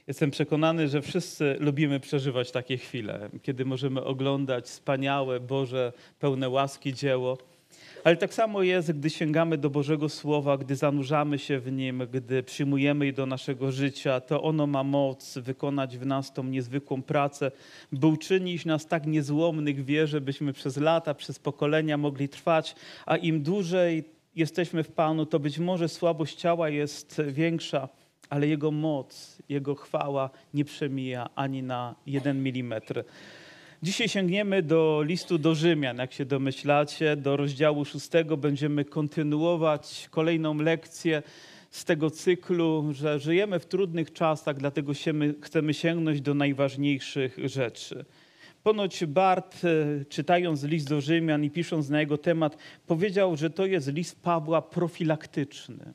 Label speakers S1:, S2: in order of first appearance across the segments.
S1: Jestem przekonany, że wszyscy lubimy przeżywać takie chwile, kiedy możemy oglądać wspaniałe, Boże, pełne łaski dzieło. Ale tak samo jest, gdy sięgamy do Bożego Słowa, gdy zanurzamy się w Nim, gdy przyjmujemy je do naszego życia, to ono ma moc wykonać w nas tą niezwykłą pracę, by uczynić nas tak niezłomnych w wierze, byśmy przez lata, przez pokolenia mogli trwać, a im dłużej jesteśmy w Panu, to być może słabość ciała jest większa, ale Jego moc, Jego chwała nie przemija ani na 1 milimetr. Dzisiaj sięgniemy do listu do Rzymian, jak się domyślacie, do rozdziału 6. Będziemy kontynuować kolejną lekcję z tego cyklu, że żyjemy w trudnych czasach, dlatego chcemy sięgnąć do najważniejszych rzeczy. Ponoć Barth, czytając list do Rzymian i pisząc na jego temat, powiedział, że to jest list Pawła profilaktyczny.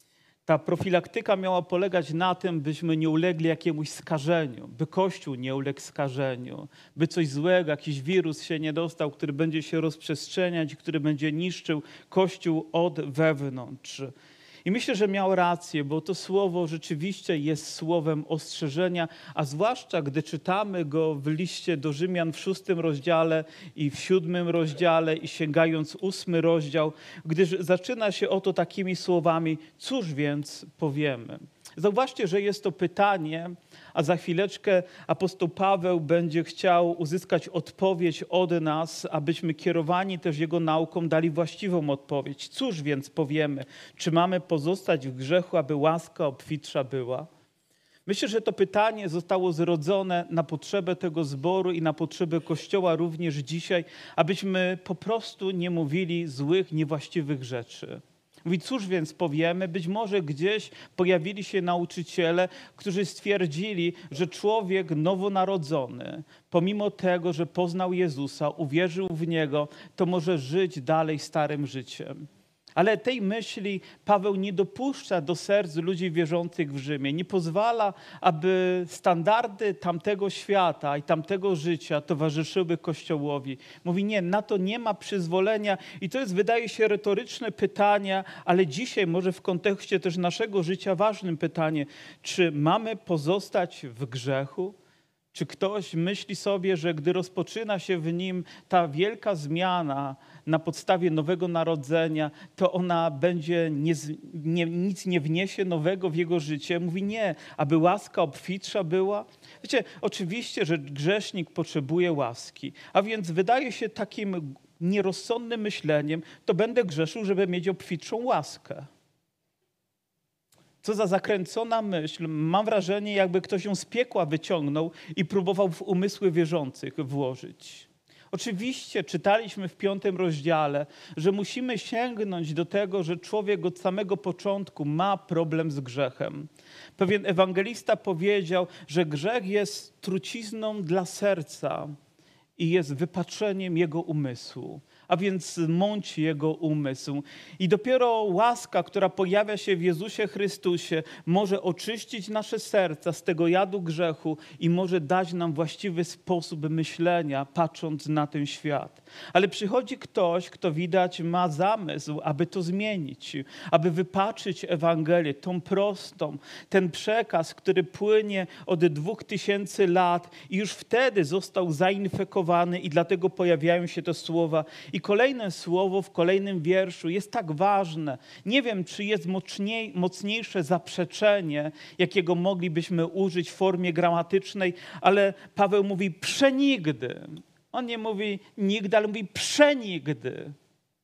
S1: Ta profilaktyka miała polegać na tym, byśmy nie ulegli jakiemuś skażeniu, by Kościół nie uległ skażeniu, by coś złego, jakiś wirus się nie dostał, który będzie się rozprzestrzeniać, który będzie niszczył Kościół od wewnątrz. I myślę, że miał rację, bo to słowo rzeczywiście jest słowem ostrzeżenia, a zwłaszcza gdy czytamy go w liście do Rzymian w 6 rozdziale i w 7 rozdziale i sięgając 8 rozdział, gdyż zaczyna się oto takimi słowami: cóż więc powiemy? Zauważcie, że jest to pytanie, a za chwileczkę apostoł Paweł będzie chciał uzyskać odpowiedź od nas, abyśmy kierowani też jego nauką dali właściwą odpowiedź. Cóż więc powiemy? Czy mamy pozostać w grzechu, aby łaska obfitsza była? Myślę, że to pytanie zostało zrodzone na potrzebę tego zboru i na potrzebę Kościoła również dzisiaj, abyśmy po prostu nie mówili złych, niewłaściwych rzeczy. Mówi, cóż więc powiemy? Być może gdzieś pojawili się nauczyciele, którzy stwierdzili, że człowiek nowonarodzony, pomimo tego, że poznał Jezusa, uwierzył w Niego, to może żyć dalej starym życiem. Ale tej myśli Paweł nie dopuszcza do serc ludzi wierzących w Rzymie. Nie pozwala, aby standardy tamtego świata i tamtego życia towarzyszyły Kościołowi. Mówi nie, na to nie ma przyzwolenia i to jest, wydaje się, retoryczne pytanie, ale dzisiaj może w kontekście też naszego życia ważnym pytanie, czy mamy pozostać w grzechu? Czy ktoś myśli sobie, że gdy rozpoczyna się w nim ta wielka zmiana na podstawie nowego narodzenia, to ona będzie nic nie wniesie nowego w jego życie? Mówi nie, aby łaska obfitsza była. Wiecie, oczywiście, że grzesznik potrzebuje łaski, a więc wydaje się takim nierozsądnym myśleniem, to będę grzeszył, żeby mieć obfitszą łaskę. Co za zakręcona myśl. Mam wrażenie, jakby ktoś ją z piekła wyciągnął i próbował w umysły wierzących włożyć. Oczywiście czytaliśmy w 5 rozdziale, że musimy sięgnąć do tego, że człowiek od samego początku ma problem z grzechem. Pewien ewangelista powiedział, że grzech jest trucizną dla serca i jest wypaczeniem jego umysłu. A więc mąci jego umysł. I dopiero łaska, która pojawia się w Jezusie Chrystusie, może oczyścić nasze serca z tego jadu grzechu i może dać nam właściwy sposób myślenia, patrząc na ten świat. Ale przychodzi ktoś, kto widać ma zamysł, aby to zmienić, aby wypaczyć Ewangelię, tą prostą, ten przekaz, który płynie od 2000 lat i już wtedy został zainfekowany i dlatego pojawiają się te słowa. I kolejne słowo w kolejnym wierszu jest tak ważne. Nie wiem, czy jest mocniejsze zaprzeczenie, jakiego moglibyśmy użyć w formie gramatycznej, ale Paweł mówi przenigdy. On nie mówi nigdy, ale mówi przenigdy.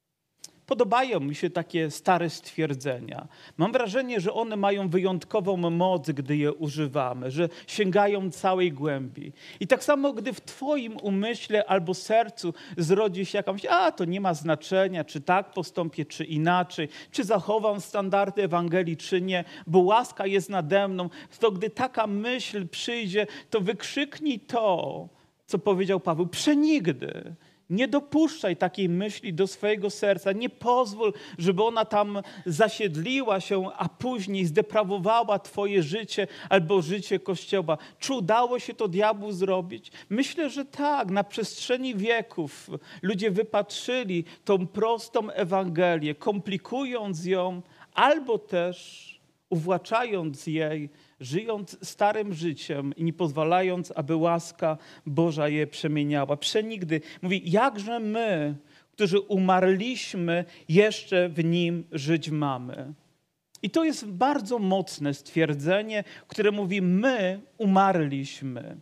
S1: Podobają mi się takie stare stwierdzenia. Mam wrażenie, że one mają wyjątkową moc, gdy je używamy, że sięgają całej głębi. I tak samo, gdy w twoim umyśle albo sercu zrodzi się jakaś, to nie ma znaczenia, czy tak postąpię, czy inaczej, czy zachowam standardy Ewangelii, czy nie, bo łaska jest nade mną, to gdy taka myśl przyjdzie, to wykrzyknij to, co powiedział Paweł, przenigdy. Nie dopuszczaj takiej myśli do swojego serca. Nie pozwól, żeby ona tam zasiedliła się, a później zdeprawowała twoje życie albo życie Kościoła. Czy udało się to diabłu zrobić? Myślę, że tak. Na przestrzeni wieków ludzie wypatrzyli tą prostą Ewangelię, komplikując ją albo też uwłaczając jej żyjąc starym życiem i nie pozwalając, aby łaska Boża je przemieniała. Przenigdy. Mówi, jakże my, którzy umarliśmy, jeszcze w Nim żyć mamy. I to jest bardzo mocne stwierdzenie, które mówi, my umarliśmy.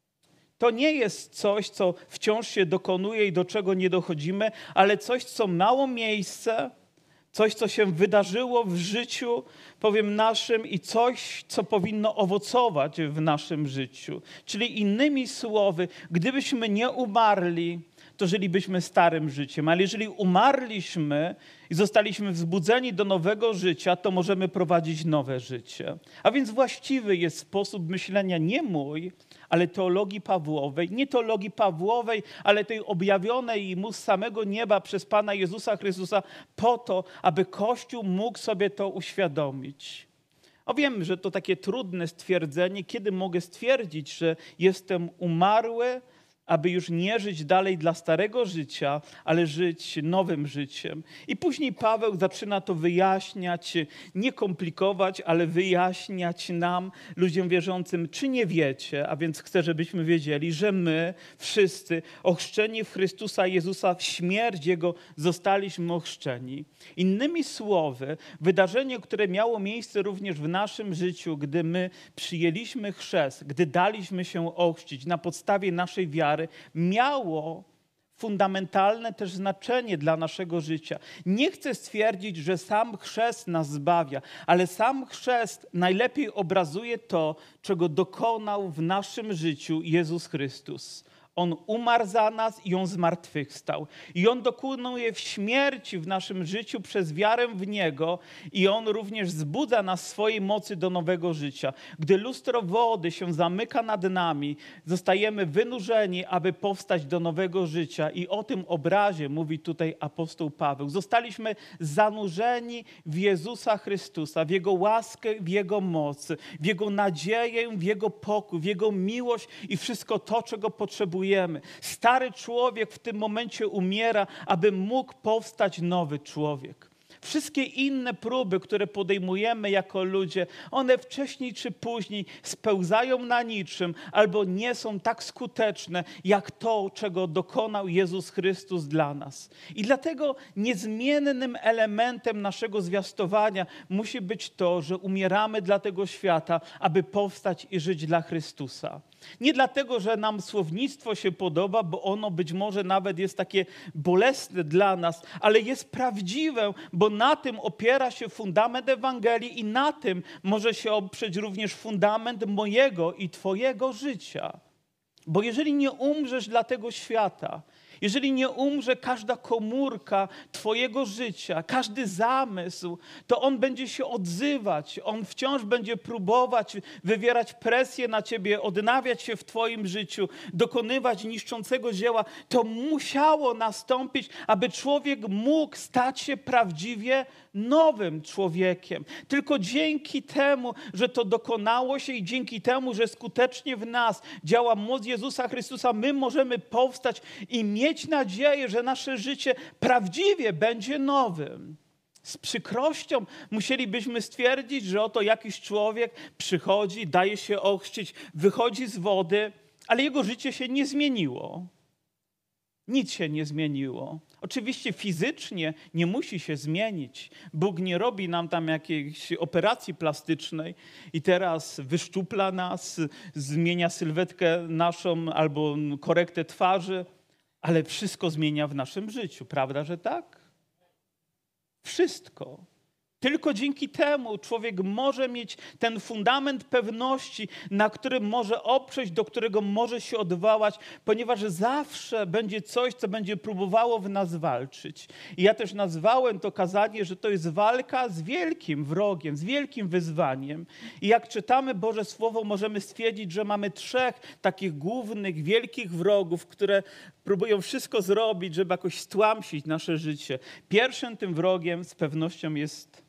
S1: To nie jest coś, co wciąż się dokonuje i do czego nie dochodzimy, ale coś, co miało miejsce, coś, co się wydarzyło w życiu, powiem, naszym i coś, co powinno owocować w naszym życiu. Czyli innymi słowy, gdybyśmy nie umarli, to żylibyśmy starym życiem, ale jeżeli umarliśmy i zostaliśmy wzbudzeni do nowego życia, to możemy prowadzić nowe życie. A więc właściwy jest sposób myślenia nie mój, ale teologii Pawłowej, nie teologii Pawłowej, ale tej objawionej mu z samego nieba przez Pana Jezusa Chrystusa po to, aby Kościół mógł sobie to uświadomić. Wiem, że to takie trudne stwierdzenie, kiedy mogę stwierdzić, że jestem umarły, aby już nie żyć dalej dla starego życia, ale żyć nowym życiem. I później Paweł zaczyna to wyjaśniać, nie komplikować, ale wyjaśniać nam, ludziom wierzącym, czy nie wiecie, a więc chcę, żebyśmy wiedzieli, że my wszyscy ochrzczeni w Chrystusa Jezusa w śmierć Jego zostaliśmy ochrzczeni. Innymi słowy, wydarzenie, które miało miejsce również w naszym życiu, gdy my przyjęliśmy chrzest, gdy daliśmy się ochrzcić na podstawie naszej wiary, miało fundamentalne też znaczenie dla naszego życia. Nie chcę stwierdzić, że sam chrzest nas zbawia, ale sam chrzest najlepiej obrazuje to, czego dokonał w naszym życiu Jezus Chrystus. On umarł za nas i On zmartwychwstał. I On dokonuje w śmierci w naszym życiu przez wiarę w Niego i On również wzbudza nas w swojej mocy do nowego życia. Gdy lustro wody się zamyka nad nami, zostajemy wynurzeni, aby powstać do nowego życia. I o tym obrazie mówi tutaj apostoł Paweł. Zostaliśmy zanurzeni w Jezusa Chrystusa, w Jego łaskę, w Jego moc, w Jego nadzieję, w Jego pokój, w Jego miłość i wszystko to, czego potrzebujemy. Stary człowiek w tym momencie umiera, aby mógł powstać nowy człowiek. Wszystkie inne próby, które podejmujemy jako ludzie, one wcześniej czy później spełzają na niczym albo nie są tak skuteczne, jak to, czego dokonał Jezus Chrystus dla nas. I dlatego niezmiennym elementem naszego zwiastowania musi być to, że umieramy dla tego świata, aby powstać i żyć dla Chrystusa. Nie dlatego, że nam słownictwo się podoba, bo ono być może nawet jest takie bolesne dla nas, ale jest prawdziwe, bo na tym opiera się fundament Ewangelii i na tym może się oprzeć również fundament mojego i Twojego życia. Bo jeżeli nie umrzesz dla tego świata, jeżeli nie umrze każda komórka Twojego życia, każdy zamysł, to on będzie się odzywać, on wciąż będzie próbować wywierać presję na Ciebie, odnawiać się w Twoim życiu, dokonywać niszczącego dzieła. To musiało nastąpić, aby człowiek mógł stać się prawdziwie nowym człowiekiem. Tylko dzięki temu, że to dokonało się i dzięki temu, że skutecznie w nas działa moc Jezusa Chrystusa, my możemy powstać i mieć nadzieję, że nasze życie prawdziwie będzie nowym. Z przykrością musielibyśmy stwierdzić, że oto jakiś człowiek przychodzi, daje się ochrzcić, wychodzi z wody, ale jego życie się nie zmieniło. Nic się nie zmieniło. Oczywiście fizycznie nie musi się zmienić. Bóg nie robi nam tam jakiejś operacji plastycznej i teraz wyszczupla nas, zmienia sylwetkę naszą albo korektę twarzy, ale wszystko zmienia w naszym życiu. Prawda, że tak? Wszystko. Tylko dzięki temu człowiek może mieć ten fundament pewności, na którym może oprzeć, do którego może się odwołać, ponieważ zawsze będzie coś, co będzie próbowało w nas walczyć. I ja też nazwałem to kazanie, że to jest walka z wielkim wrogiem, z wielkim wyzwaniem. I jak czytamy Boże Słowo, możemy stwierdzić, że mamy 3 takich głównych, wielkich wrogów, które próbują wszystko zrobić, żeby jakoś stłamsić nasze życie. Pierwszym tym wrogiem z pewnością jest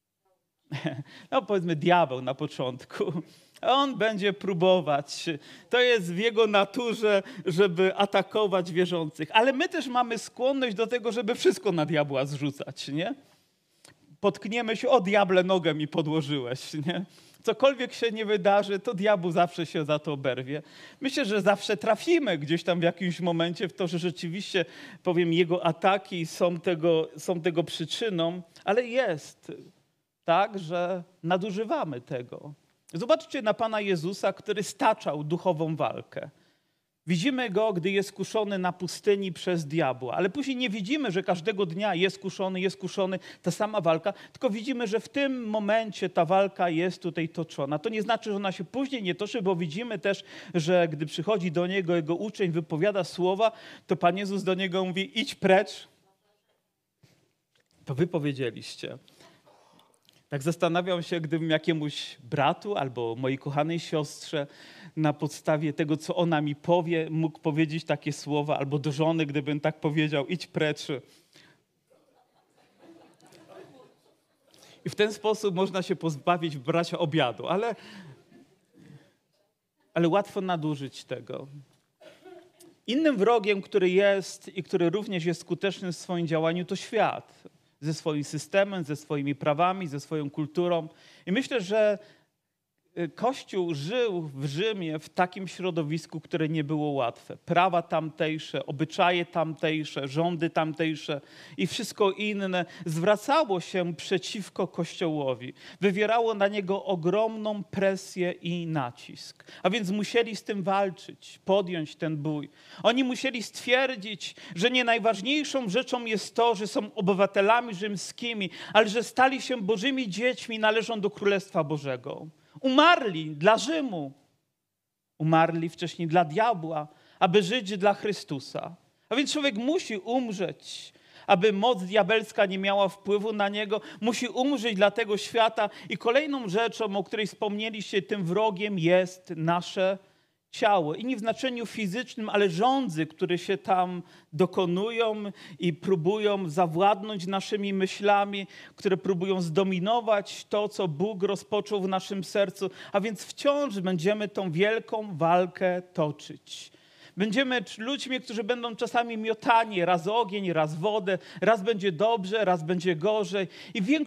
S1: powiedzmy diabeł na początku. On będzie próbować. To jest w jego naturze, żeby atakować wierzących. Ale my też mamy skłonność do tego, żeby wszystko na diabła zrzucać, nie? Potkniemy się, o diable, nogę mi podłożyłeś, nie? Cokolwiek się nie wydarzy, to diabeł zawsze się za to oberwie. Myślę, że zawsze trafimy gdzieś tam w jakimś momencie w to, że rzeczywiście, powiem, jego ataki są tego przyczyną, ale jest tak, że nadużywamy tego. Zobaczcie na Pana Jezusa, który staczał duchową walkę. Widzimy Go, gdy jest kuszony na pustyni przez diabła, ale później nie widzimy, że każdego dnia jest kuszony, ta sama walka, tylko widzimy, że w tym momencie ta walka jest tutaj toczona. To nie znaczy, że ona się później nie toczy, bo widzimy też, że gdy przychodzi do Niego Jego uczeń, wypowiada słowa, to Pan Jezus do Niego mówi: idź precz. To wy powiedzieliście. Tak zastanawiam się, gdybym jakiemuś bratu albo mojej kochanej siostrze na podstawie tego, co ona mi powie, mógł powiedzieć takie słowa, albo do żony, gdybym tak powiedział: idź precz. I w ten sposób można się pozbawić bracia obiadu, ale łatwo nadużyć tego. Innym wrogiem, który jest i który również jest skuteczny w swoim działaniu, to świat. Ze swoim systemem, ze swoimi prawami, ze swoją kulturą. I myślę, że Kościół żył w Rzymie w takim środowisku, które nie było łatwe. Prawa tamtejsze, obyczaje tamtejsze, rządy tamtejsze i wszystko inne zwracało się przeciwko Kościołowi. Wywierało na niego ogromną presję i nacisk. A więc musieli z tym walczyć, podjąć ten bój. Oni musieli stwierdzić, że nie najważniejszą rzeczą jest to, że są obywatelami rzymskimi, ale że stali się Bożymi dziećmi, należą do Królestwa Bożego. Umarli dla Rzymu, umarli wcześniej dla diabła, aby żyć dla Chrystusa. A więc człowiek musi umrzeć, aby moc diabelska nie miała wpływu na niego, musi umrzeć dla tego świata. I kolejną rzeczą, o której wspomnieliście, tym wrogiem jest nasze ciało. I nie w znaczeniu fizycznym, ale żądzy, które się tam dokonują i próbują zawładnąć naszymi myślami, które próbują zdominować to, co Bóg rozpoczął w naszym sercu. A więc wciąż będziemy tą wielką walkę toczyć. Będziemy ludźmi, którzy będą czasami miotani, raz ogień, raz wodę, raz będzie dobrze, raz będzie gorzej. I w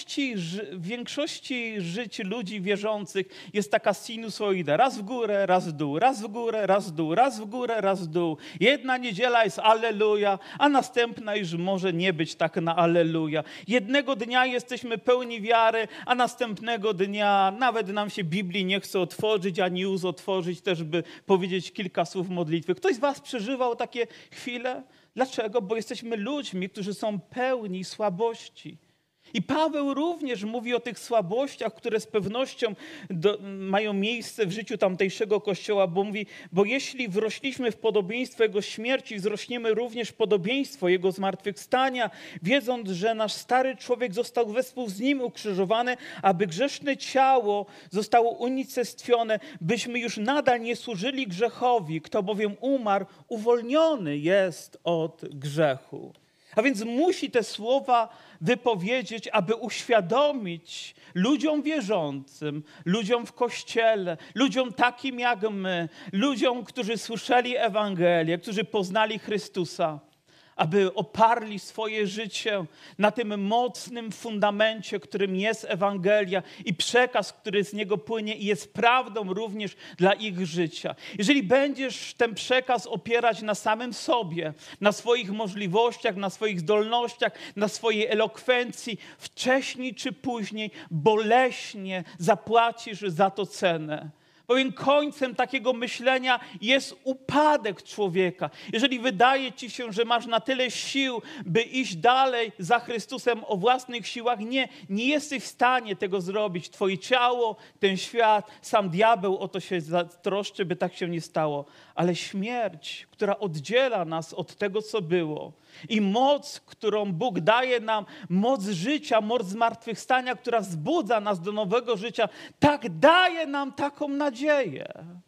S1: większości żyć ludzi wierzących jest taka sinusoida. Raz w górę, raz w dół, raz w górę, raz w dół, raz w górę, raz w dół. Jedna niedziela jest alleluja, a następna już może nie być tak na alleluja. Jednego dnia jesteśmy pełni wiary, a następnego dnia nawet nam się Biblii nie chce otworzyć, ani ust otworzyć też, by powiedzieć kilka słów modlitwy. Ktoś z was przeżywał takie chwile? Dlaczego? Bo jesteśmy ludźmi, którzy są pełni słabości. I Paweł również mówi o tych słabościach, które z pewnością mają miejsce w życiu tamtejszego Kościoła, bo mówi: bo jeśli wrośliśmy w podobieństwo Jego śmierci, wzrośniemy również w podobieństwo Jego zmartwychwstania, wiedząc, że nasz stary człowiek został wespół z Nim ukrzyżowany, aby grzeszne ciało zostało unicestwione, byśmy już nadal nie służyli grzechowi. Kto bowiem umarł, uwolniony jest od grzechu. A więc musi te słowa wypowiedzieć, aby uświadomić ludziom wierzącym, ludziom w Kościele, ludziom takim jak my, ludziom, którzy słyszeli Ewangelię, którzy poznali Chrystusa, aby oparli swoje życie na tym mocnym fundamencie, którym jest Ewangelia i przekaz, który z niego płynie i jest prawdą również dla ich życia. Jeżeli będziesz ten przekaz opierać na samym sobie, na swoich możliwościach, na swoich zdolnościach, na swojej elokwencji, wcześniej czy później boleśnie zapłacisz za to cenę. Bowiem końcem takiego myślenia jest upadek człowieka. Jeżeli wydaje ci się, że masz na tyle sił, by iść dalej za Chrystusem o własnych siłach, nie jesteś w stanie tego zrobić. Twoje ciało, ten świat, sam diabeł o to się zatroszczy, by tak się nie stało. Ale śmierć, która oddziela nas od tego, co było, i moc, którą Bóg daje nam, moc życia, moc zmartwychwstania, która wzbudza nas do nowego życia, tak daje nam taką nadzieję.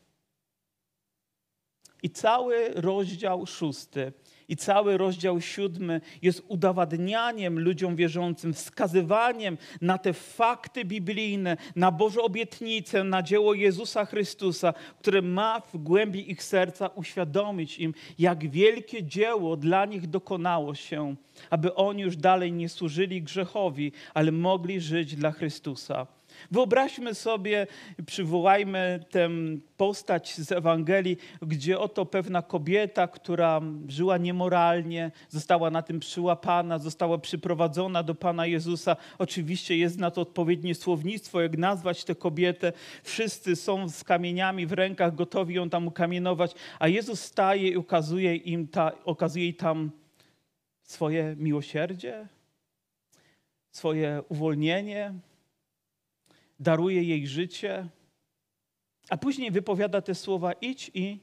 S1: I cały rozdział 6 i cały rozdział 7 jest udowadnianiem ludziom wierzącym, wskazywaniem na te fakty biblijne, na Boże obietnice, na dzieło Jezusa Chrystusa, które ma w głębi ich serca uświadomić im, jak wielkie dzieło dla nich dokonało się, aby oni już dalej nie służyli grzechowi, ale mogli żyć dla Chrystusa. Wyobraźmy sobie, przywołajmy tę postać z Ewangelii, gdzie oto pewna kobieta, która żyła niemoralnie, została na tym przyłapana, została przyprowadzona do Pana Jezusa. Oczywiście jest na to odpowiednie słownictwo, jak nazwać tę kobietę. Wszyscy są z kamieniami w rękach, gotowi ją tam ukamienować, a Jezus staje i okazuje jej tam swoje miłosierdzie, swoje uwolnienie, daruje jej życie, a później wypowiada te słowa: idź i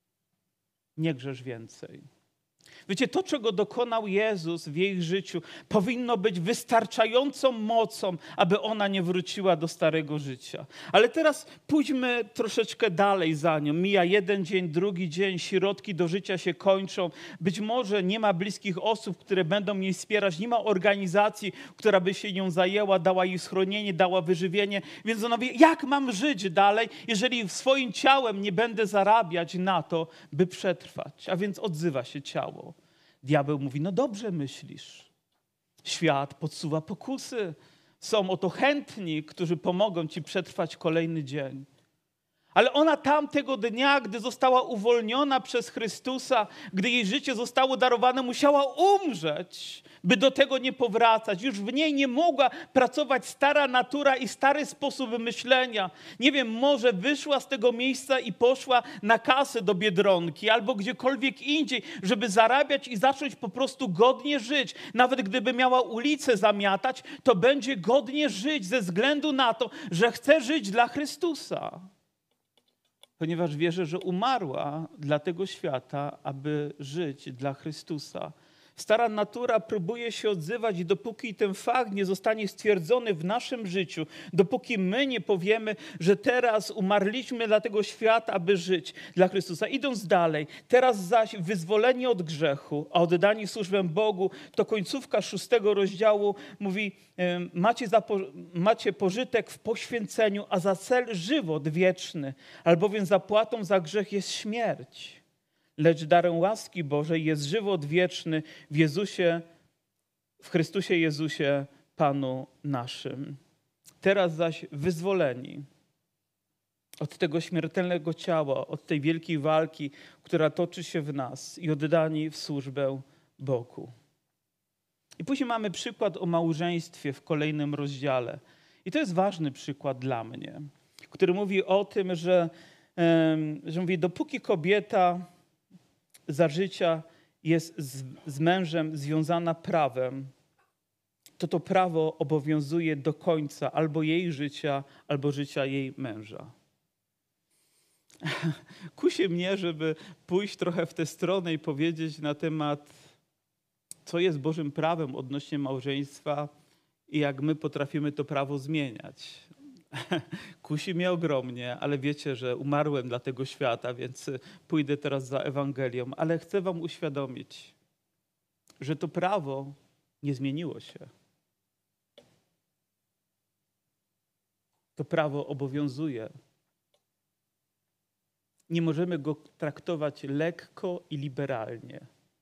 S1: nie grzesz więcej. Wiecie, to, czego dokonał Jezus w jej życiu, powinno być wystarczającą mocą, aby ona nie wróciła do starego życia. Ale teraz pójdźmy troszeczkę dalej za nią. Mija jeden dzień, drugi dzień, środki do życia się kończą. Być może nie ma bliskich osób, które będą jej wspierać, nie ma organizacji, która by się nią zajęła, dała jej schronienie, dała wyżywienie. Więc ona mówi: jak mam żyć dalej, jeżeli swoim ciałem nie będę zarabiać na to, by przetrwać? A więc odzywa się ciało. Diabeł mówi: no dobrze myślisz. Świat podsuwa pokusy. Są oto chętni, którzy pomogą ci przetrwać kolejny dzień. Ale ona tamtego dnia, gdy została uwolniona przez Chrystusa, gdy jej życie zostało darowane, musiała umrzeć, by do tego nie powracać. Już w niej nie mogła pracować stara natura i stary sposób myślenia. Nie wiem, może wyszła z tego miejsca i poszła na kasę do Biedronki albo gdziekolwiek indziej, żeby zarabiać i zacząć po prostu godnie żyć. Nawet gdyby miała ulicę zamiatać, to będzie godnie żyć ze względu na to, że chce żyć dla Chrystusa. Ponieważ wierzę, że umarła dla tego świata, aby żyć dla Chrystusa. Stara natura próbuje się odzywać i dopóki ten fakt nie zostanie stwierdzony w naszym życiu, dopóki my nie powiemy, że teraz umarliśmy dla tego świata, aby żyć dla Chrystusa. Idąc dalej, teraz zaś wyzwolenie od grzechu, a oddani służbę Bogu, to końcówka 6 rozdziału mówi: macie pożytek w poświęceniu, a za cel żywot wieczny, albowiem zapłatą za grzech jest śmierć. Lecz darem łaski Bożej jest żywot wieczny w Chrystusie Jezusie, Panu naszym. Teraz zaś wyzwoleni od tego śmiertelnego ciała, od tej wielkiej walki, która toczy się w nas, i oddani w służbę Bogu. I później mamy przykład o małżeństwie w kolejnym rozdziale. I to jest ważny przykład dla mnie, który mówi o tym, że mówi, dopóki kobieta za życia jest z mężem związana prawem, to prawo obowiązuje do końca albo jej życia, albo życia jej męża. Kusi mnie, żeby pójść trochę w tę stronę i powiedzieć na temat, co jest Bożym prawem odnośnie małżeństwa i jak my potrafimy to prawo zmieniać. Kusi mnie ogromnie, ale wiecie, że umarłem dla tego świata, więc pójdę teraz za Ewangelią. Ale chcę wam uświadomić, że to prawo nie zmieniło się. To prawo obowiązuje. Nie możemy go traktować lekko i liberalnie.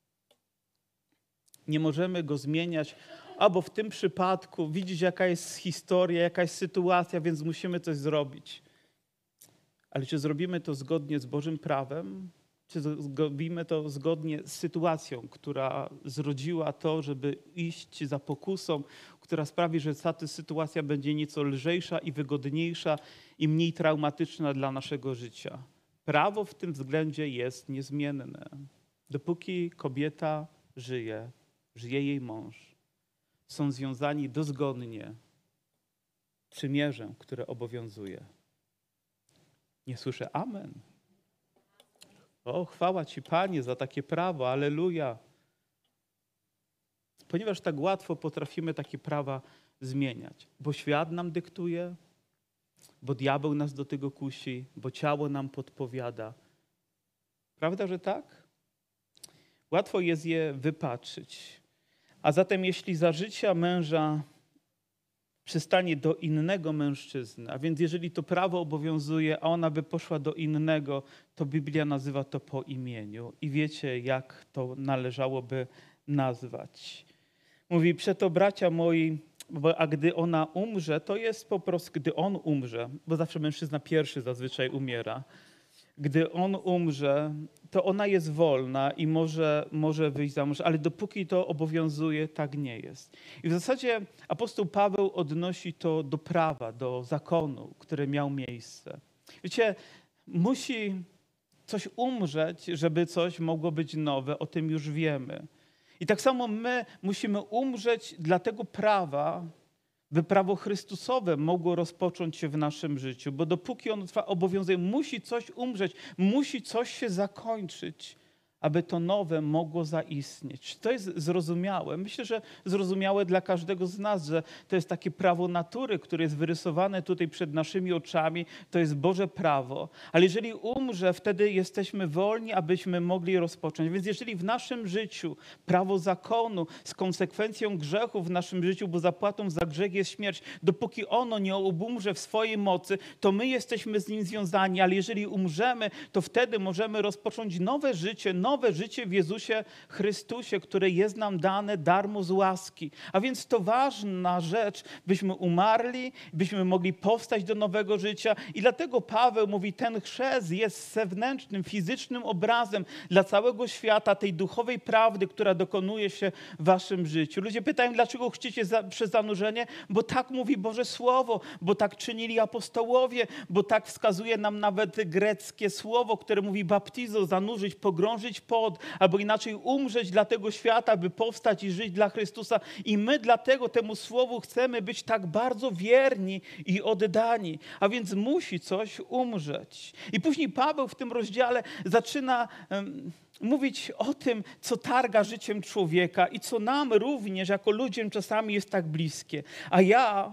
S1: Nie możemy go zmieniać, albo w tym przypadku widzisz, jaka jest historia, jaka jest sytuacja, więc musimy coś zrobić. Ale czy zrobimy to zgodnie z Bożym prawem? Czy zrobimy to zgodnie z sytuacją, która zrodziła to, żeby iść za pokusą, która sprawi, że ta sytuacja będzie nieco lżejsza i wygodniejsza i mniej traumatyczna dla naszego życia? Prawo w tym względzie jest niezmienne. Dopóki kobieta żyje jej mąż, są związani dozgodnie przymierzem, które obowiązuje. Nie słyszę amen. O, chwała Ci, Panie, za takie prawo, alleluja. Ponieważ tak łatwo potrafimy takie prawa zmieniać, bo świat nam dyktuje, bo diabeł nas do tego kusi, bo ciało nam podpowiada. Prawda, że tak? Łatwo jest je wypaczyć. A zatem jeśli za życia męża przystanie do innego mężczyzny, a więc jeżeli to prawo obowiązuje, a ona by poszła do innego, to Biblia nazywa to po imieniu. I wiecie, jak to należałoby nazwać. Mówi: przeto bracia moi, a gdy ona umrze, to jest po prostu, gdy on umrze, bo zawsze mężczyzna pierwszy zazwyczaj umiera. Gdy on umrze, to ona jest wolna i może wyjść za mąż, ale dopóki to obowiązuje, tak nie jest. I w zasadzie apostoł Paweł odnosi to do prawa, do zakonu, który miał miejsce. Wiecie, musi coś umrzeć, żeby coś mogło być nowe, o tym już wiemy. I tak samo my musimy umrzeć dla tego prawa, by prawo Chrystusowe mogło rozpocząć się w naszym życiu, bo dopóki ono trwa, obowiązuje, musi coś umrzeć, musi coś się zakończyć, aby to nowe mogło zaistnieć. To jest zrozumiałe. Myślę, że zrozumiałe dla każdego z nas, że to jest takie prawo natury, które jest wyrysowane tutaj przed naszymi oczami. To jest Boże prawo. Ale jeżeli umrze, wtedy jesteśmy wolni, abyśmy mogli rozpocząć. Więc jeżeli w naszym życiu prawo zakonu z konsekwencją grzechu w naszym życiu, bo zapłatą za grzech jest śmierć, dopóki ono nie umrze w swojej mocy, to my jesteśmy z nim związani. Ale jeżeli umrzemy, to wtedy możemy rozpocząć nowe życie w Jezusie Chrystusie, które jest nam dane darmo z łaski. A więc to ważna rzecz, byśmy umarli, byśmy mogli powstać do nowego życia. I dlatego Paweł mówi, ten chrzest jest zewnętrznym, fizycznym obrazem dla całego świata tej duchowej prawdy, która dokonuje się w waszym życiu. Ludzie pytają, dlaczego chrzcicie przez zanurzenie? Bo tak mówi Boże Słowo, bo tak czynili apostołowie, bo tak wskazuje nam nawet greckie słowo, które mówi baptizo, zanurzyć, pogrążyć pod, albo inaczej umrzeć dla tego świata, by powstać i żyć dla Chrystusa. I my dlatego temu słowu chcemy być tak bardzo wierni i oddani. A więc musi coś umrzeć. I później Paweł w tym rozdziale zaczyna mówić o tym, co targa życiem człowieka i co nam również jako ludziom czasami jest tak bliskie. A ja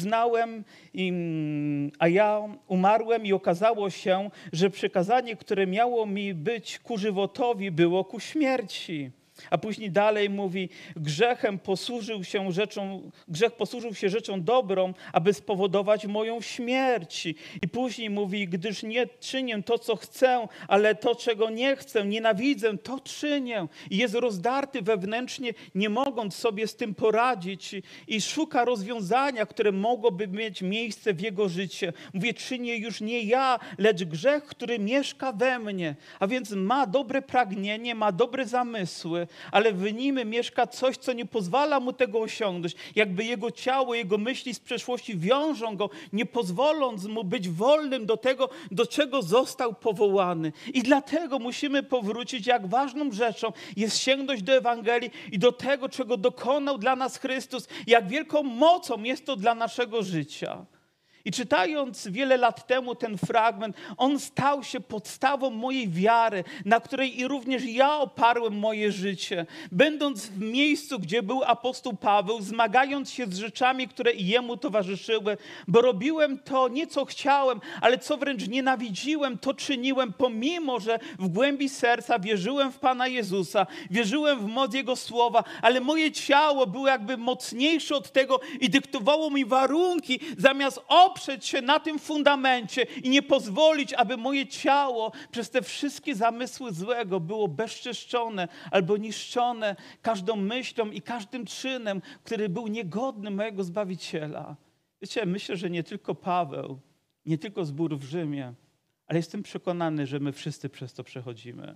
S1: umarłem i okazało się, że przykazanie, które miało mi być ku żywotowi, było ku śmierci. A później dalej mówi, grzech posłużył się rzeczą dobrą, aby spowodować moją śmierć. I później mówi, gdyż nie czynię to, co chcę, ale to, czego nie chcę, nienawidzę, to czynię. I jest rozdarty wewnętrznie, nie mogąc sobie z tym poradzić i szuka rozwiązania, które mogłoby mieć miejsce w jego życiu. Mówię, czynię już nie ja, lecz grzech, który mieszka we mnie. A więc ma dobre pragnienie, ma dobre zamysły, ale w nim mieszka coś, co nie pozwala mu tego osiągnąć. Jakby jego ciało, jego myśli z przeszłości wiążą go, nie pozwoląc mu być wolnym do tego, do czego został powołany. I dlatego musimy powrócić, jak ważną rzeczą jest sięgnąć do Ewangelii i do tego, czego dokonał dla nas Chrystus, jak wielką mocą jest to dla naszego życia. I czytając wiele lat temu ten fragment, on stał się podstawą mojej wiary, na której i również ja oparłem moje życie. Będąc w miejscu, gdzie był apostoł Paweł, zmagając się z rzeczami, które jemu towarzyszyły, bo robiłem to nie co chciałem, ale co wręcz nienawidziłem, to czyniłem, pomimo że w głębi serca wierzyłem w Pana Jezusa, wierzyłem w moc Jego słowa, ale moje ciało było jakby mocniejsze od tego i dyktowało mi warunki, zamiast oprzeć się na tym fundamencie i nie pozwolić, aby moje ciało przez te wszystkie zamysły złego było bezczeszczone albo niszczone każdą myślą i każdym czynem, który był niegodny mojego Zbawiciela. Wiecie, myślę, że nie tylko Paweł, nie tylko zbór w Rzymie, ale jestem przekonany, że my wszyscy przez to przechodzimy.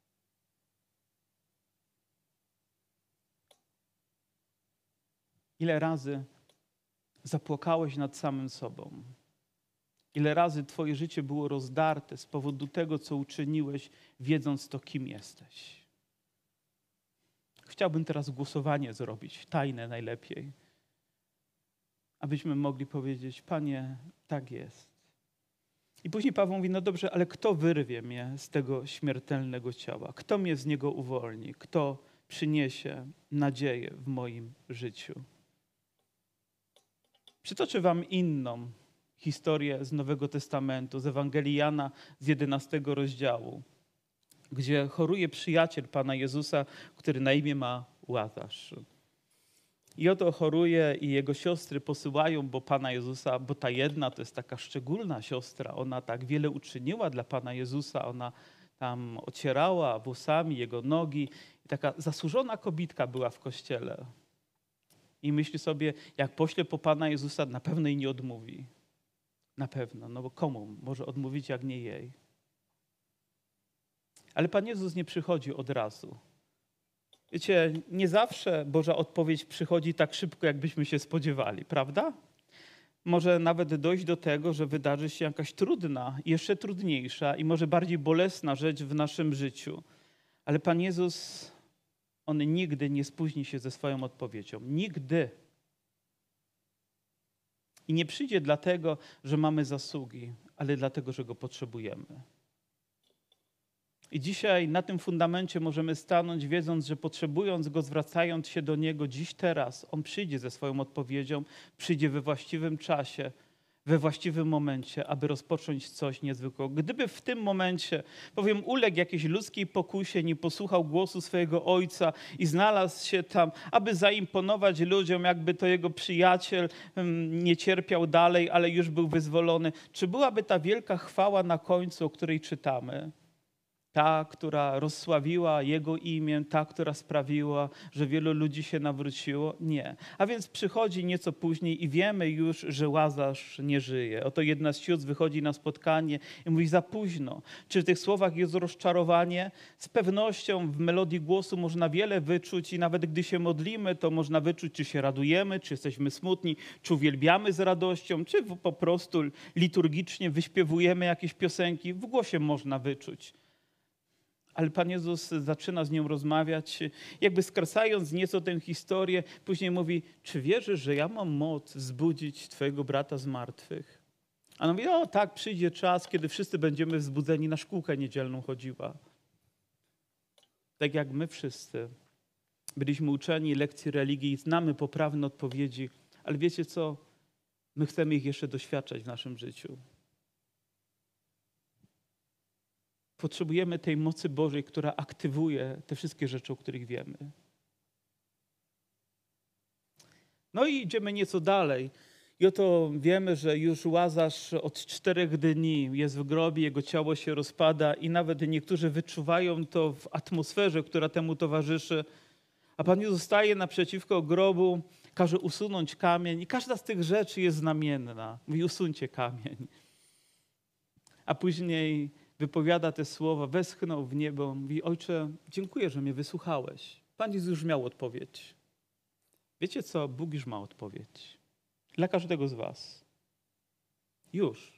S1: Ile razy zapłakałeś nad samym sobą? Ile razy twoje życie było rozdarte z powodu tego, co uczyniłeś, wiedząc to, kim jesteś? Chciałbym teraz głosowanie zrobić, tajne najlepiej, abyśmy mogli powiedzieć, Panie, tak jest. I później Paweł mówi, no dobrze, ale kto wyrwie mnie z tego śmiertelnego ciała? Kto mnie z niego uwolni? Kto przyniesie nadzieję w moim życiu? Przytoczę wam inną historię z Nowego Testamentu, z Ewangelii Jana z 11 rozdziału, gdzie choruje przyjaciel Pana Jezusa, który na imię ma Łazarz. I oto choruje i jego siostry posyłają, bo Pana Jezusa, bo ta jedna to jest taka szczególna siostra, ona tak wiele uczyniła dla Pana Jezusa, ona tam ocierała włosami jego nogi. I taka zasłużona kobitka była w kościele. I myśli sobie, jak pośle po Pana Jezusa, na pewno jej nie odmówi. Na pewno, no bo komu może odmówić, jak nie jej? Ale Pan Jezus nie przychodzi od razu. Wiecie, nie zawsze Boża odpowiedź przychodzi tak szybko, jakbyśmy się spodziewali, prawda? Może nawet dojść do tego, że wydarzy się jakaś trudna, jeszcze trudniejsza i może bardziej bolesna rzecz w naszym życiu. Ale Pan Jezus, On nigdy nie spóźni się ze swoją odpowiedzią. Nigdy. I nie przyjdzie dlatego, że mamy zasługi, ale dlatego, że Go potrzebujemy. I dzisiaj na tym fundamencie możemy stanąć, wiedząc, że potrzebując Go, zwracając się do Niego dziś, teraz, On przyjdzie ze swoją odpowiedzią, przyjdzie we właściwym czasie, we właściwym momencie, aby rozpocząć coś niezwykłego. Gdyby w tym momencie, uległ jakiejś ludzkiej pokusie, nie posłuchał głosu swojego Ojca i znalazł się tam, aby zaimponować ludziom, jakby to jego przyjaciel nie cierpiał dalej, ale już był wyzwolony, czy byłaby ta wielka chwała na końcu, o której czytamy? Ta, która rozsławiła Jego imię, ta, która sprawiła, że wielu ludzi się nawróciło? Nie. A więc przychodzi nieco później i wiemy już, że Łazarz nie żyje. Oto jedna z sióstr wychodzi na spotkanie i mówi: za późno. Czy w tych słowach jest rozczarowanie? Z pewnością w melodii głosu można wiele wyczuć i nawet gdy się modlimy, to można wyczuć, czy się radujemy, czy jesteśmy smutni, czy uwielbiamy z radością, czy po prostu liturgicznie wyśpiewujemy jakieś piosenki. W głosie można wyczuć. Ale Pan Jezus zaczyna z nią rozmawiać, jakby skracając nieco tę historię. Później mówi: czy wierzysz, że ja mam moc wzbudzić twojego brata z martwych? A on mówi: o tak, przyjdzie czas, kiedy wszyscy będziemy wzbudzeni, na szkółkę niedzielną chodziła. Tak jak my wszyscy byliśmy uczeni lekcji religii i znamy poprawne odpowiedzi, ale wiecie co? My chcemy ich jeszcze doświadczać w naszym życiu. Potrzebujemy tej mocy Bożej, która aktywuje te wszystkie rzeczy, o których wiemy. No i idziemy nieco dalej. I oto wiemy, że już Łazarz od 4 dni jest w grobie, jego ciało się rozpada i nawet niektórzy wyczuwają to w atmosferze, która temu towarzyszy. A Pan Jezus staje naprzeciwko grobu, każe usunąć kamień i każda z tych rzeczy jest znamienna. Mówi: usuńcie kamień. A później wypowiada te słowa, westchnął w niebo, mówi: Ojcze, dziękuję, że mnie wysłuchałeś. Pan Jezus już miał odpowiedź. Wiecie co? Bóg już ma odpowiedź. Dla każdego z was. Już.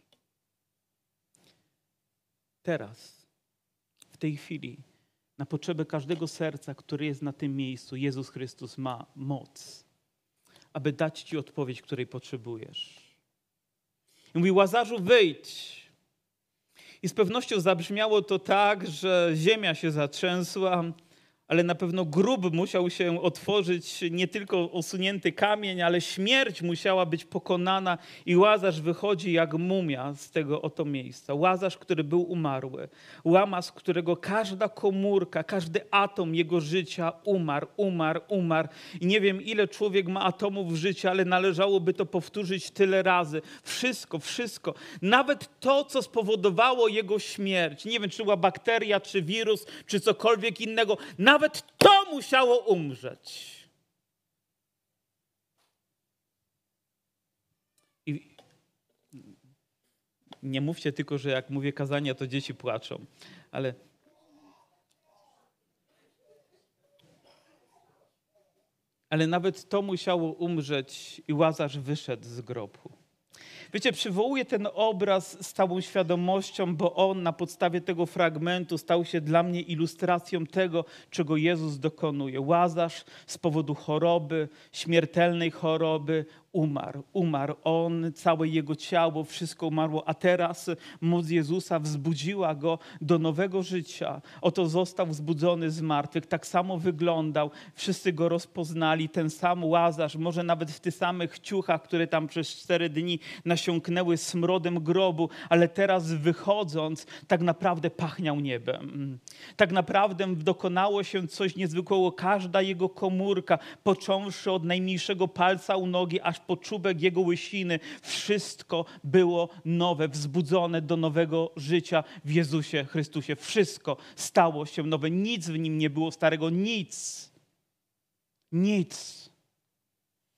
S1: Teraz. W tej chwili. Na potrzeby każdego serca, które jest na tym miejscu, Jezus Chrystus ma moc, aby dać ci odpowiedź, której potrzebujesz. I mówi: Łazarzu, wyjdź. I z pewnością zabrzmiało to tak, że ziemia się zatrzęsła, ale na pewno grób musiał się otworzyć, nie tylko osunięty kamień, ale śmierć musiała być pokonana i Łazarz wychodzi jak mumia z tego oto miejsca. Łazarz, który był umarły. Łazarz, którego każda komórka, każdy atom jego życia umarł. I nie wiem, ile człowiek ma atomów życia, ale należałoby to powtórzyć tyle razy. Wszystko. Nawet to, co spowodowało jego śmierć. Nie wiem, czy była bakteria, czy wirus, czy cokolwiek innego. Nawet to musiało umrzeć. I nie mówcie tylko, że jak mówię kazania, to dzieci płaczą. Ale nawet to musiało umrzeć i Łazarz wyszedł z grobu. Wiecie, przywołuję ten obraz z całą świadomością, bo on na podstawie tego fragmentu stał się dla mnie ilustracją tego, czego Jezus dokonuje. Łazarz z powodu choroby, śmiertelnej choroby, umarł. On, całe jego ciało, wszystko umarło, a teraz moc Jezusa wzbudziła go do nowego życia. Oto został wzbudzony z martwych. Tak samo wyglądał. Wszyscy go rozpoznali. Ten sam Łazarz, może nawet w tych samych ciuchach, które tam przez 4 dni nasiąknęły smrodem grobu, ale teraz wychodząc, tak naprawdę pachniał niebem. Tak naprawdę dokonało się coś niezwykłego. Każda jego komórka, począwszy od najmniejszego palca u nogi, aż po czubek jego łysiny, wszystko było nowe, wzbudzone do nowego życia w Jezusie Chrystusie. Wszystko stało się nowe. Nic w nim nie było starego. Nic.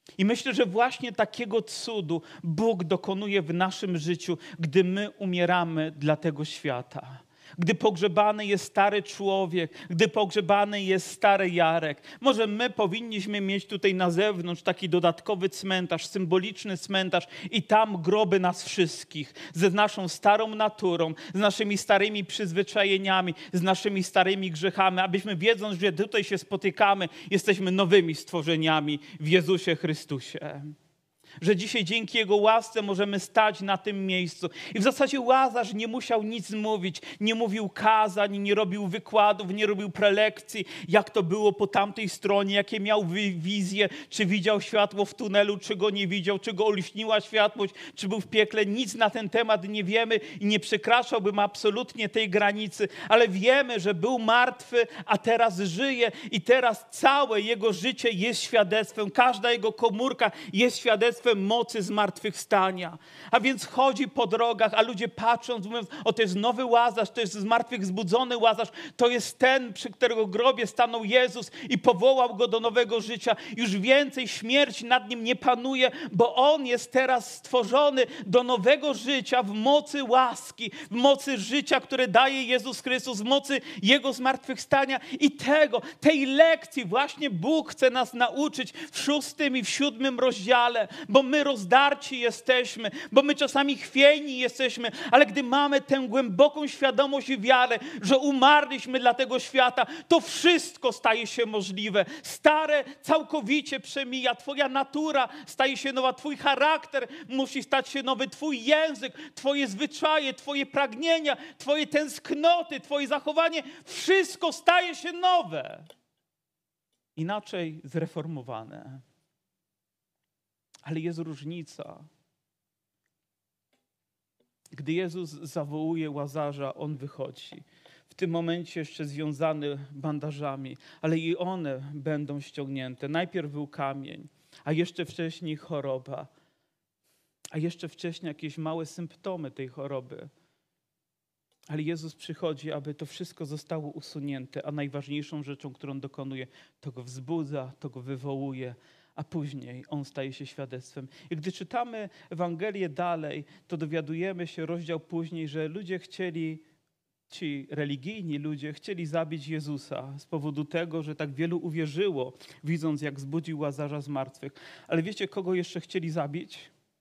S1: I myślę, że właśnie takiego cudu Bóg dokonuje w naszym życiu, gdy my umieramy dla tego świata. Gdy pogrzebany jest stary człowiek, gdy pogrzebany jest stary Jarek. Może my powinniśmy mieć tutaj na zewnątrz taki dodatkowy cmentarz, symboliczny cmentarz i tam groby nas wszystkich, ze naszą starą naturą, z naszymi starymi przyzwyczajeniami, z naszymi starymi grzechami, abyśmy wiedząc, że tutaj się spotykamy, jesteśmy nowymi stworzeniami w Jezusie Chrystusie. Że dzisiaj dzięki Jego łasce możemy stać na tym miejscu. I w zasadzie Łazarz nie musiał nic mówić, nie mówił kazań, nie robił wykładów, nie robił prelekcji, jak to było po tamtej stronie, jakie miał wizje, czy widział światło w tunelu, czy go nie widział, czy go olśniła światłość, czy był w piekle. Nic na ten temat nie wiemy i nie przekraczałbym absolutnie tej granicy, ale wiemy, że był martwy, a teraz żyje i teraz całe jego życie jest świadectwem, każda jego komórka jest świadectwem mocy zmartwychwstania. A więc chodzi po drogach, a ludzie patrząc, mówiąc, o to jest nowy Łazarz, to jest zmartwychwzbudzony Łazarz, to jest ten, przy którego grobie stanął Jezus i powołał go do nowego życia. Już więcej śmierć nad nim nie panuje, bo on jest teraz stworzony do nowego życia w mocy łaski, w mocy życia, które daje Jezus Chrystus, w mocy Jego zmartwychwstania i tej lekcji właśnie Bóg chce nas nauczyć w 6. i w 7. rozdziale, bo my rozdarci jesteśmy, bo my czasami chwiejni jesteśmy, ale gdy mamy tę głęboką świadomość i wiarę, że umarliśmy dla tego świata, to wszystko staje się możliwe. Stare całkowicie przemija, twoja natura staje się nowa, twój charakter musi stać się nowy, twój język, twoje zwyczaje, twoje pragnienia, twoje tęsknoty, twoje zachowanie, wszystko staje się nowe. Inaczej zreformowane. Ale jest różnica. Gdy Jezus zawołuje Łazarza, on wychodzi. W tym momencie jeszcze związany bandażami, ale i one będą ściągnięte. Najpierw był kamień, a jeszcze wcześniej choroba, a jeszcze wcześniej jakieś małe symptomy tej choroby. Ale Jezus przychodzi, aby to wszystko zostało usunięte, a najważniejszą rzeczą, którą dokonuje, to go wzbudza, to go wywołuje, a później on staje się świadectwem. I gdy czytamy Ewangelię dalej, to dowiadujemy się rozdział później, że ludzie ci religijni ludzie chcieli zabić Jezusa z powodu tego, że tak wielu uwierzyło, widząc jak zbudził Łazarza z martwych. Ale wiecie, kogo jeszcze chcieli zabić?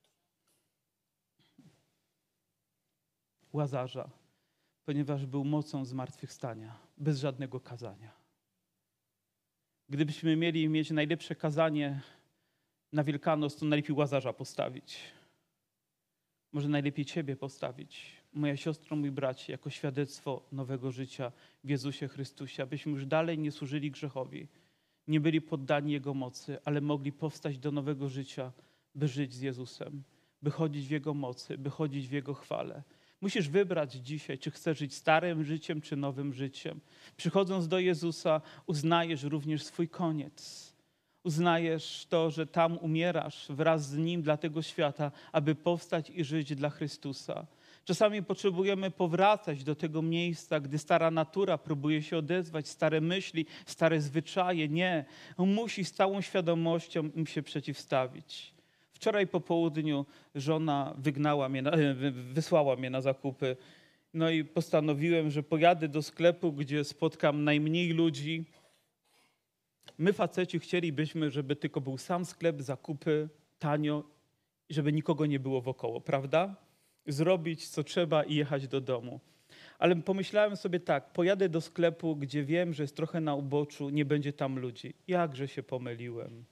S1: Łazarza, ponieważ był mocą zmartwychwstania, bez żadnego kazania. Gdybyśmy mieli mieć najlepsze kazanie na Wielkanoc, to najlepiej Łazarza postawić. Może najlepiej Ciebie postawić, moja siostro, mój bracie, jako świadectwo nowego życia w Jezusie Chrystusie, abyśmy już dalej nie służyli grzechowi, nie byli poddani Jego mocy, ale mogli powstać do nowego życia, by żyć z Jezusem, by chodzić w Jego mocy, by chodzić w Jego chwale. Musisz wybrać dzisiaj, czy chcesz żyć starym życiem, czy nowym życiem. Przychodząc do Jezusa, uznajesz również swój koniec. Uznajesz to, że tam umierasz wraz z Nim dla tego świata, aby powstać i żyć dla Chrystusa. Czasami potrzebujemy powracać do tego miejsca, gdy stara natura próbuje się odezwać, stare myśli, stare zwyczaje. Nie, on musi z całą świadomością im się przeciwstawić. Wczoraj po południu żona wysłała mnie na zakupy. No i postanowiłem, że pojadę do sklepu, gdzie spotkam najmniej ludzi. My faceci chcielibyśmy, żeby tylko był sam sklep, zakupy, tanio i żeby nikogo nie było wokoło, prawda? Zrobić co trzeba i jechać do domu. Ale pomyślałem sobie tak, pojadę do sklepu, gdzie wiem, że jest trochę na uboczu, nie będzie tam ludzi. Jakże się pomyliłem.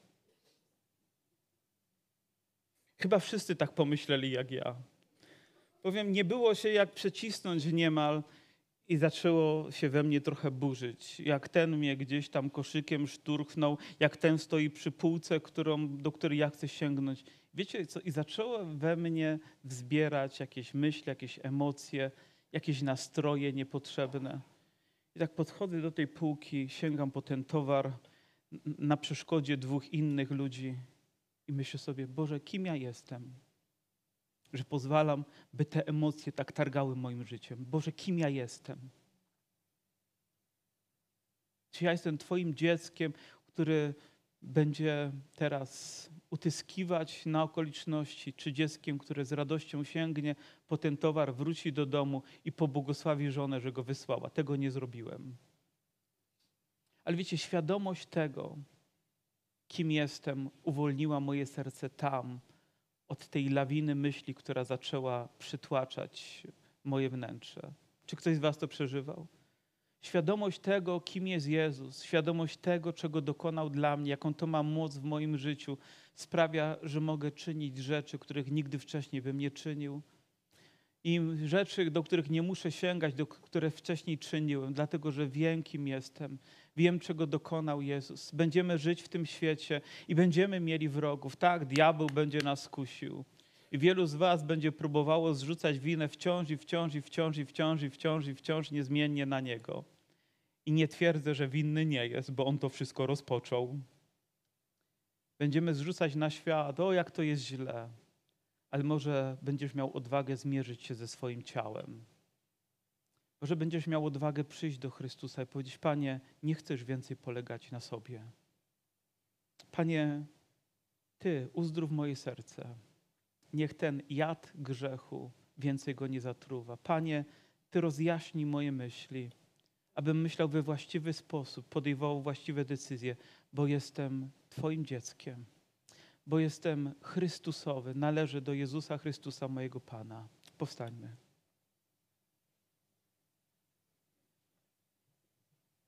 S1: Chyba wszyscy tak pomyśleli jak ja. Powiem, nie było się jak przecisnąć niemal i zaczęło się we mnie trochę burzyć. Jak ten mnie gdzieś tam koszykiem szturchnął, jak ten stoi przy półce, do której ja chcę sięgnąć. Wiecie co? I zaczęło we mnie wzbierać jakieś myśli, jakieś emocje, jakieś nastroje niepotrzebne. I tak podchodzę do tej półki, sięgam po ten towar na przeszkodzie dwóch innych ludzi. I myślę sobie, Boże, kim ja jestem? Że pozwalam, by te emocje tak targały moim życiem. Boże, kim ja jestem? Czy ja jestem Twoim dzieckiem, który będzie teraz utyskiwać na okoliczności, czy dzieckiem, które z radością sięgnie po ten towar, wróci do domu i pobłogosławi żonę, że go wysłała. Tego nie zrobiłem. Ale wiecie, świadomość tego, kim jestem, uwolniła moje serce tam, od tej lawiny myśli, która zaczęła przytłaczać moje wnętrze. Czy ktoś z was to przeżywał? Świadomość tego, kim jest Jezus, świadomość tego, czego dokonał dla mnie, jaką to ma moc w moim życiu, sprawia, że mogę czynić rzeczy, których nigdy wcześniej bym nie czynił. I rzeczy, do których nie muszę sięgać, które wcześniej czyniłem, dlatego że wiem, kim jestem. Wiem, czego dokonał Jezus. Będziemy żyć w tym świecie i będziemy mieli wrogów. Tak, diabeł będzie nas kusił. I wielu z was będzie próbowało zrzucać winę wciąż i wciąż i wciąż i wciąż i wciąż i wciąż niezmiennie na niego. I nie twierdzę, że winny nie jest, bo on to wszystko rozpoczął. Będziemy zrzucać na świat, o jak to jest źle. Ale może będziesz miał odwagę zmierzyć się ze swoim ciałem. Może będziesz miał odwagę przyjść do Chrystusa i powiedzieć: Panie, nie chcę już więcej polegać na sobie. Panie, Ty uzdrów moje serce. Niech ten jad grzechu więcej go nie zatruwa. Panie, Ty rozjaśnij moje myśli, abym myślał we właściwy sposób, podejmował właściwe decyzje, bo jestem Twoim dzieckiem. Bo jestem Chrystusowy, należę do Jezusa Chrystusa, mojego Pana. Powstańmy.